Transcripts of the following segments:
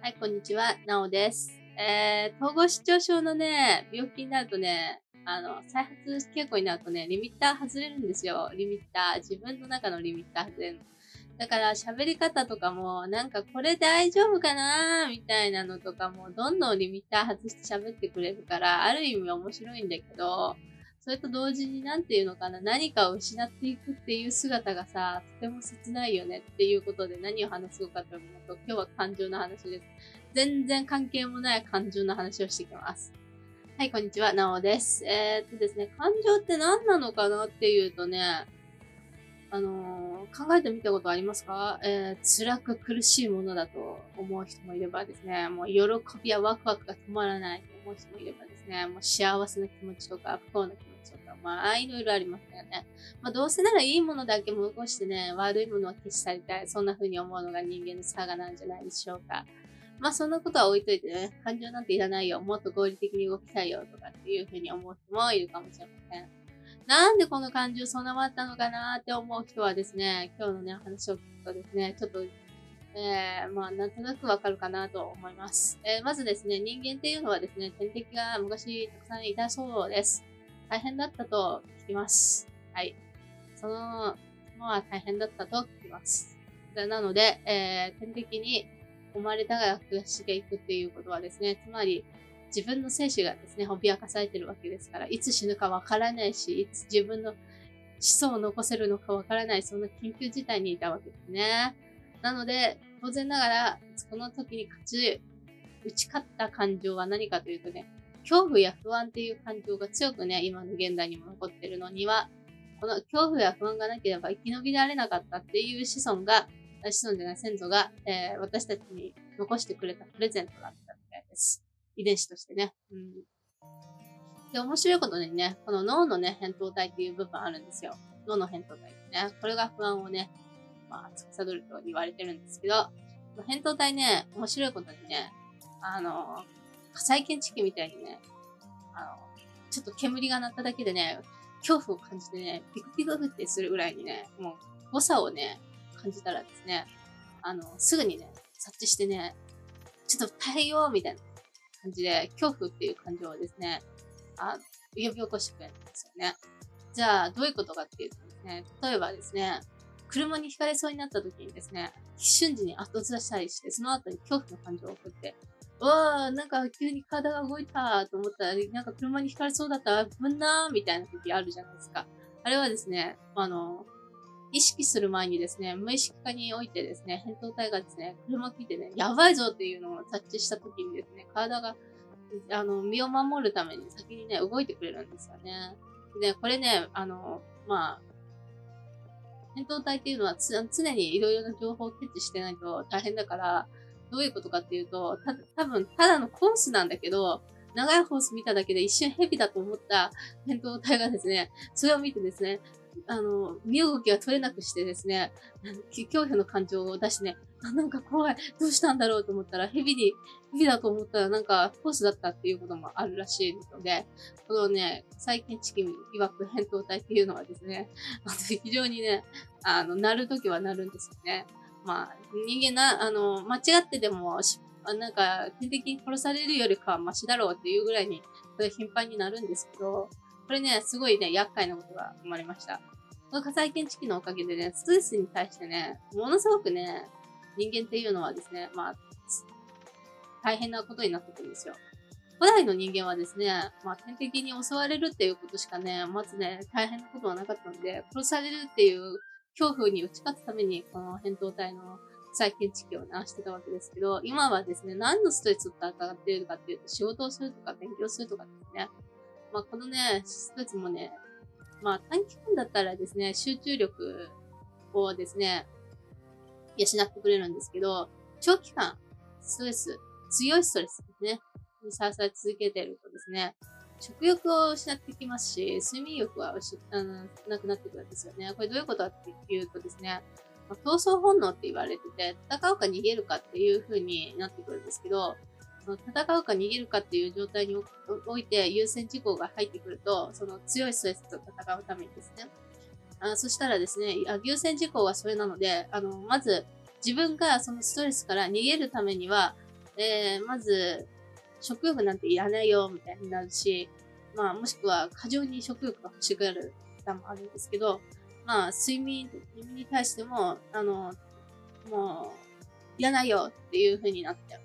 はい、こんにちは、なおです。統合失調症のね、病気になるとね、再発傾向になるとね、リミッター外れるんですよ。リミッター。自分の中のリミッター外れるの。だから喋り方とかも、なんかこれ大丈夫かなみたいなのとかも、どんどんリミッター外して喋ってくれるから、ある意味面白いんだけど、それと同時になんていうのかな、何かを失っていくっていう姿がさ、とても切ないよねっていうことで何を話そうかというと、今日は感情の話です。全然関係もない感情の話をしていきます。はい、こんにちは、なおです。ですね、感情って何なのかなっていうとね、考えてみたことありますか？辛く苦しいものだと思う人もいればですね、もう喜びやワクワクが止まらないと思う人もいればですね、もう幸せな気持ちとか不幸な気持ちとか、いろいろありますよね。どうせならいいものだけ残してね、悪いものは消し去りたい。そんな風に思うのが人間の差がなんじゃないでしょうか。そんなことは置いといてね、感情なんていらないよ。もっと合理的に動きたいよとかっていう風に思う人もいるかもしれません。なんでこの感情備わったのかなって思う人はですね、今日のね、話を聞くとですね、ちょっと、なんとなくわかるかなと思います。まずですね、人間っていうのはですね、天敵が昔たくさんいたそうです。大変だったと聞きます。はい。そのは大変だったと聞きます。なので、天敵に生まれたが暮らしていくっていうことはですね、つまり自分の生死がですね、脅かされてるわけですから、いつ死ぬかわからないし、いつ自分の子孫を残せるのかわからない、そんな緊急事態にいたわけですね。なので、当然ながら、この時に打ち勝った感情は何かというとね、恐怖や不安っていう感情が強くね、今の現代にも残ってるのには、この恐怖や不安がなければ生き延びられなかったっていう子孫じゃない先祖が、私たちに残してくれたプレゼントだったみたいです。遺伝子としてね。で、面白いことにね、この脳のね、扁桃体っていう部分あるんですよ。脳の扁桃体ってね。これが不安をね、司ると言われてるんですけど、扁桃体ね、面白いことにね、火災検知器みたいにね、ちょっと煙が鳴っただけでね、恐怖を感じてね、ピクピクってするぐらいにね、もう誤差をね、感じたらですね、すぐにね、察知してね、ちょっと対応みたいな感じで、恐怖っていう感情をですね、呼び起こしてくれるんですよね。じゃあ、どういうことかっていうとですね、例えばですね、車にひかれそうになった時にですね、瞬時に後ずらしたりして、その後に恐怖の感情を送って、うわー、なんか急に体が動いたと思ったら、なんか車にひかれそうだったら危んなーみたいな時あるじゃないですか。あれはですね、意識する前にですね、無意識化においてですね、扁桃体がですね、車を聞いてね、やばいぞっていうのを察知した時にですね、体が身を守るために先にね、動いてくれるんですよね。で、これね、扁桃体っていうのは常にいろいろな情報をキャッチしてないと大変だから、どういうことかっていうと、多分ただのコースなんだけど、長いホース見ただけで一瞬ヘビだと思った扁桃体がですね、それを見てですね、身動きが取れなくしてですね、恐怖の感情を出してね、なんか怖い、どうしたんだろうと思ったら、ヘビだと思ったらなんかホースだったっていうこともあるらしいので、このね、最近チキン曰く扁桃体っていうのはですね、非常にね、なるときはなるんですよね。人間間違ってでも、なんか、天敵に殺されるよりかはマシだろうっていうぐらいに、頻繁になるんですけど、これね、すごいね、厄介なことが生まれました。この火災検知器のおかげでね、ストレスに対してね、ものすごくね、人間っていうのはですね、大変なことになってくるんですよ。古代の人間はですね、天敵に襲われるっていうことしかね、まずね、大変なことはなかったので、殺されるっていう恐怖に打ち勝つために、この扁桃体の再建知識をね、してたわけですけど、今はですね、何のストレスがかかっているかっていうと、仕事をするとか勉強するとかですね。このね、ストレスもね、短期間だったらですね、集中力をですね、養ってくれるんですけど、長期間、強いストレスですね。にさらされ続けているとですね、食欲を失ってきますし、睡眠欲はなくなってくるんですよね。これどういうことかっていうとですね、闘争本能って言われてて、戦うか逃げるかっていう風になってくるんですけど、その戦うか逃げるかっていう状態において優先事項が入ってくると、その強いストレスと戦うためにですね、そしたらですね、優先事項はそれなので、まず自分がそのストレスから逃げるためには、 まず、食欲なんていらないよ、みたいになるし、まあ、もしくは過剰に食欲が欲しくなる方もあるんですけど、まあ、睡眠に対しても、もう、いらないよっていう風になっちゃう。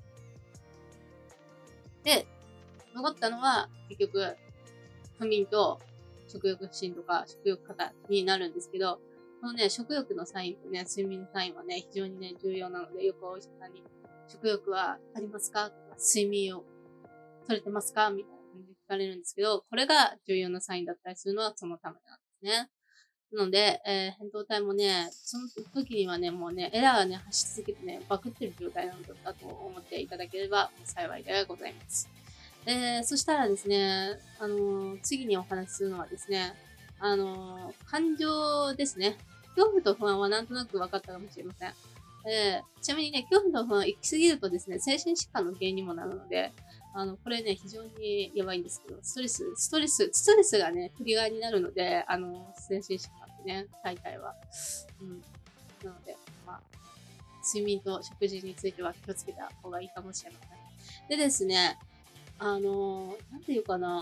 で、残ったのは、結局、不眠と食欲不振とか食欲過多になるんですけど、このね、食欲のサインとね、睡眠のサインはね、非常にね、重要なので、よくお医者さんに、食欲はありますかとか、睡眠を取れてますかみたいな感じで聞かれるんですけど、これが重要なサインだったりするのはそのためなんですね。なので、扁桃体もね、その時にはね、もうね、エラーがね、発し続けてね、バクってる状態なのだと思っていただければ幸いでございます。そしたらですね、次にお話しするのはですね、感情ですね。恐怖と不安はなんとなく分かったかもしれません。ちなみにね、恐怖と不安は行き過ぎるとですね、精神疾患の原因にもなるので、これね、非常にやばいんですけど、ストレスがね、トリガーになるので、精神疾患ってね、大体は。うん。なので、まあ、睡眠と食事については気をつけた方がいいかもしれません。でですね、なんていうかな、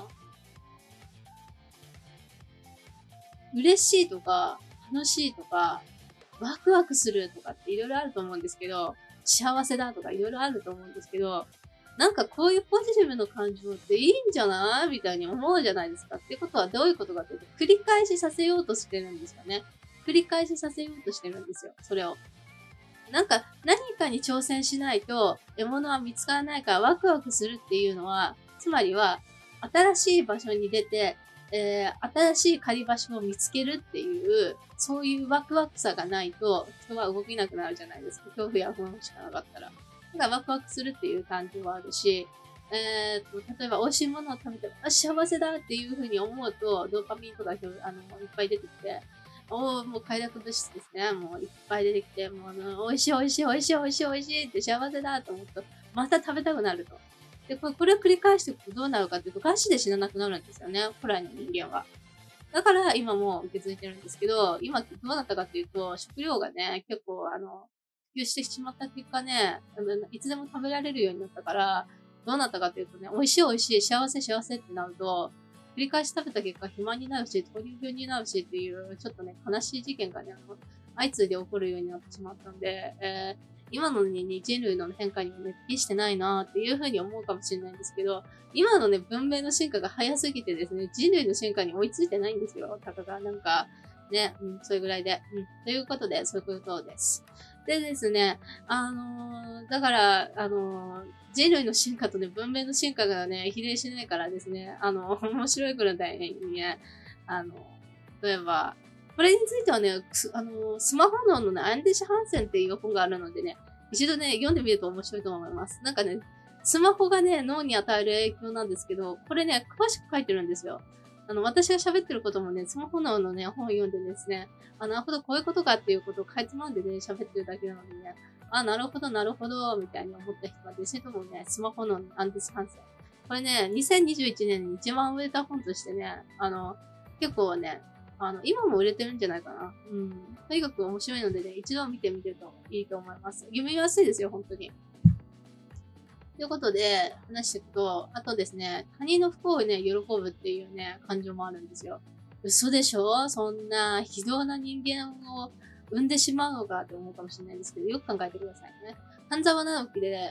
嬉しいとか、楽しいとか、ワクワクするとかっていろいろあると思うんですけど、幸せだとかいろいろあると思うんですけど、なんかこういうポジティブな感情っていいんじゃないみたいに思うじゃないですか。ってことはどういうことかというと、繰り返しさせようとしてるんですよね。繰り返しさせようとしてるんですよ。それを。なんか何かに挑戦しないと獲物は見つからないからワクワクするっていうのは、つまりは新しい場所に出て、新しい狩り場所を見つけるっていう、そういうワクワクさがないと人は動けなくなるじゃないですか。恐怖や不安しかなかったら。だからワクワクするっていう感じはあるし、例えば美味しいものを食べて、あ、幸せだっていうふうに思うと、ドーパミンとかいっぱい出てきて、もう快楽物質ですね。もういっぱい出てきて、もう美味しい美味しい美味しい美味しい美味しいって幸せだと思うと、また食べたくなると。で、これを繰り返していくとどうなるかっていうと、餓死で死ななくなるんですよね。古来の人間は。だから今も受け継いでるんですけど、今どうなったかっていうと、食料がね、結構普及してしまった結果ね、いつでも食べられるようになったから、どうなったかっていうとね、美味しい美味しい、幸せ幸せってなると、繰り返し食べた結果、肥満になるし、糖尿病になるしっていう、ちょっとね、悲しい事件がね、相次いで起こるようになってしまったんで、今のね、人類の変化にもね、適してないなっていうふうに思うかもしれないんですけど、今のね、文明の進化が早すぎてですね、人類の進化に追いついてないんですよ。たかが、なんか、ね、それぐらいで。ということで、そういうことです。でですね、だから、人類の進化とね、文明の進化がね、比例しないからですね、面白いくらいにね、あの、例えば、これについてはね、スマホ脳のね、アンデシュ・ハンセンっていう本があるのでね、一度ね、読んでみると面白いと思います。なんかね、スマホがね、脳に与える影響なんですけど、これね、詳しく書いてるんですよ。私が喋ってることもね、スマホ脳のね、本を読んでですね、なるほど、こういうことかっていうことをかいつまんでね、喋ってるだけなのでね、なるほど、なるほど、みたいに思った人はですね、ともね、スマホ脳のアンデス・ハンセン。これね、2021年に一番売れた本としてね、結構ね、今も売れてるんじゃないかな。とにかく面白いのでね、一度見てみるといいと思います。読みやすいですよ、本当に。ということで、話していくと、あとですね、他人の不幸をね、喜ぶっていうね、感情もあるんですよ。嘘でしょそんな非道な人間を生んでしまうのかって思うかもしれないんですけど、よく考えてくださいね。半沢直樹で、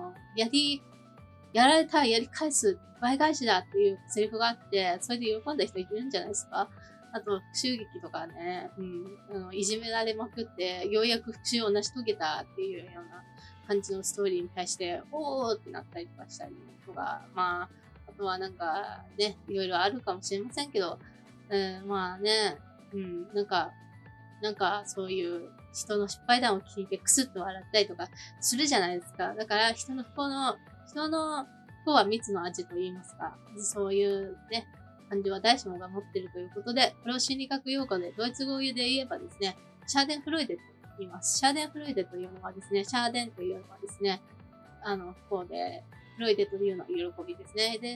やられたらやり返す、倍返しだっていうセリフがあって、それで喜んだ人いるんじゃないですか。あと、復讐劇とかね、いじめられまくって、ようやく復讐を成し遂げたっていうような感じのストーリーに対して、おーってなったりとかしたりとか、まあ、あとはなんかね、いろいろあるかもしれませんけど、まあね、なんかそういう人の失敗談を聞いてクスッと笑ったりとかするじゃないですか。だから人の不幸は蜜の味と言いますか、そういうね、感じは誰しもが持っているということで、これを心理学用語で、ドイツ語で言えばですね、シャーデンフロイデと言います。シャーデンフロイデというのはですね、シャーデンというのはですね、不幸で、フロイデというのは喜びですね。で、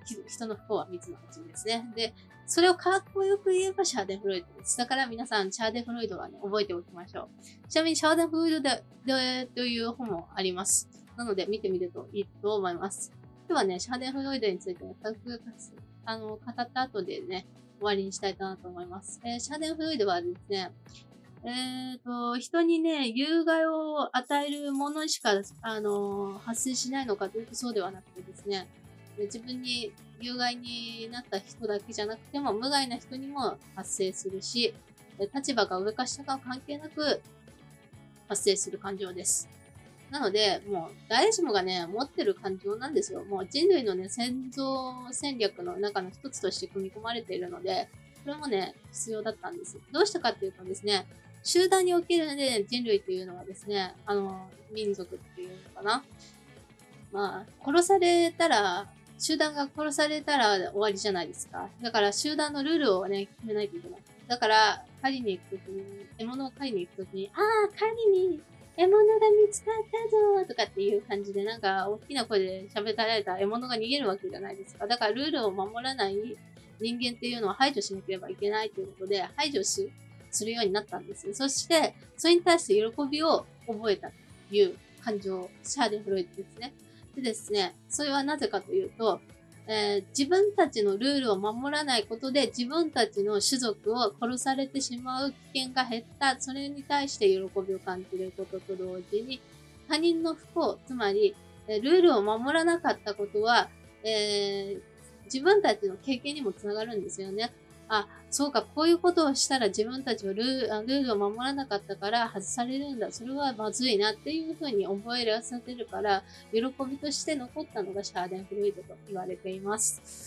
人の不幸は蜜の味ですね。で、それをかっこよく言えばシャーデンフロイドです。だから皆さん、シャーデンフロイドはね、覚えておきましょう。ちなみに、シャーデンフロイドでという本もあります。なので、見てみるといいと思います。今日はね、シャーデンフロイドについてね、語った後でね、終わりにしたいかなと思います。シャーデンフロイドはですね、人にね、有害を与えるものしか、発生しないのかというとそうではなくてですね、自分に有害になった人だけじゃなくても、無害な人にも発生するし、立場が上か下か関係なく発生する感情です。なので、もう誰しもがね、持ってる感情なんですよ。もう人類のね、戦争戦略の中の一つとして組み込まれているので、これもね、必要だったんです。どうしたかっていうとですね、集団におけるね、人類っていうのはですね、民族っていうのかな。まあ、殺されたら、集団が殺されたら終わりじゃないですか。だから集団のルールをね、決めないといけない。だから、狩りに行くときに、獲物を狩りに行くときに、狩りに獲物が見つかったぞとかっていう感じで、なんか、大きな声で喋られたら獲物が逃げるわけじゃないですか。だから、ルールを守らない人間っていうのは排除しなければいけないということで、排除するようになったんです。そして、それに対して喜びを覚えたという感情、シャーデンフロイトですね。でですね、それはなぜかというと、自分たちのルールを守らないことで自分たちの種族を殺されてしまう危険が減った。それに対して喜びを感じることと同時に、他人の不幸、つまり、ルールを守らなかったことは、自分たちの経験にもつながるんですよね。そうか、こういうことをしたら自分たちはルールを守らなかったから外されるんだ。それはまずいなっていうふうに覚えらせるから、喜びとして残ったのがシャーデンフロイドと言われています。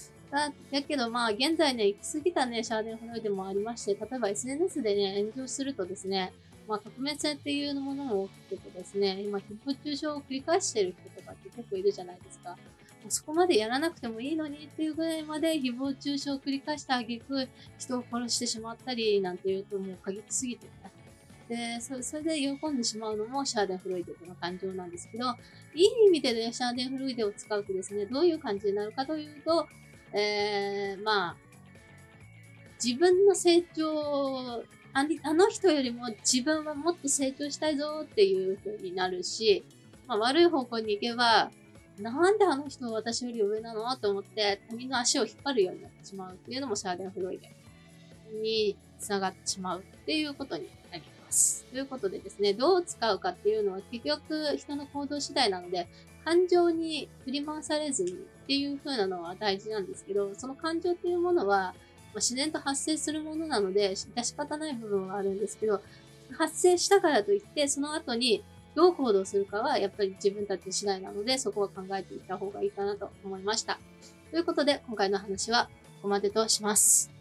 だけど現在ね、行き過ぎたね、シャーデンフロイドもありまして、例えば SNS でね、炎上するとですね、匿名性っていうものも起きててですね、今、誹謗中傷を繰り返してる人とかって結構いるじゃないですか。そこまでやらなくてもいいのにっていうぐらいまで誹謗中傷を繰り返した挙句、人を殺してしまったりなんていうともう過激すぎてね。で、それで喜んでしまうのもシャーデンフロイドの感情なんですけど、いい意味でね、シャーデンフロイドを使うとですね、どういう感じになるかというと、自分の成長、あの人よりも自分はもっと成長したいぞっていう風になるし、悪い方向に行けば、なんであの人は私より上なのと思って他人の足を引っ張るようになってしまうっていうのもシャーデンフロイドに繋がってしまうっていうことになります。ということでですね、どう使うかっていうのは結局人の行動次第なので、感情に振り回されずにっていう風なのは大事なんですけど、その感情っていうものは自然と発生するものなので、致し方ない部分はあるんですけど、発生したからといって、その後にどう行動するかはやっぱり自分たち次第なので、そこは考えていった方がいいかなと思いました。ということで、今回の話はここまでとします。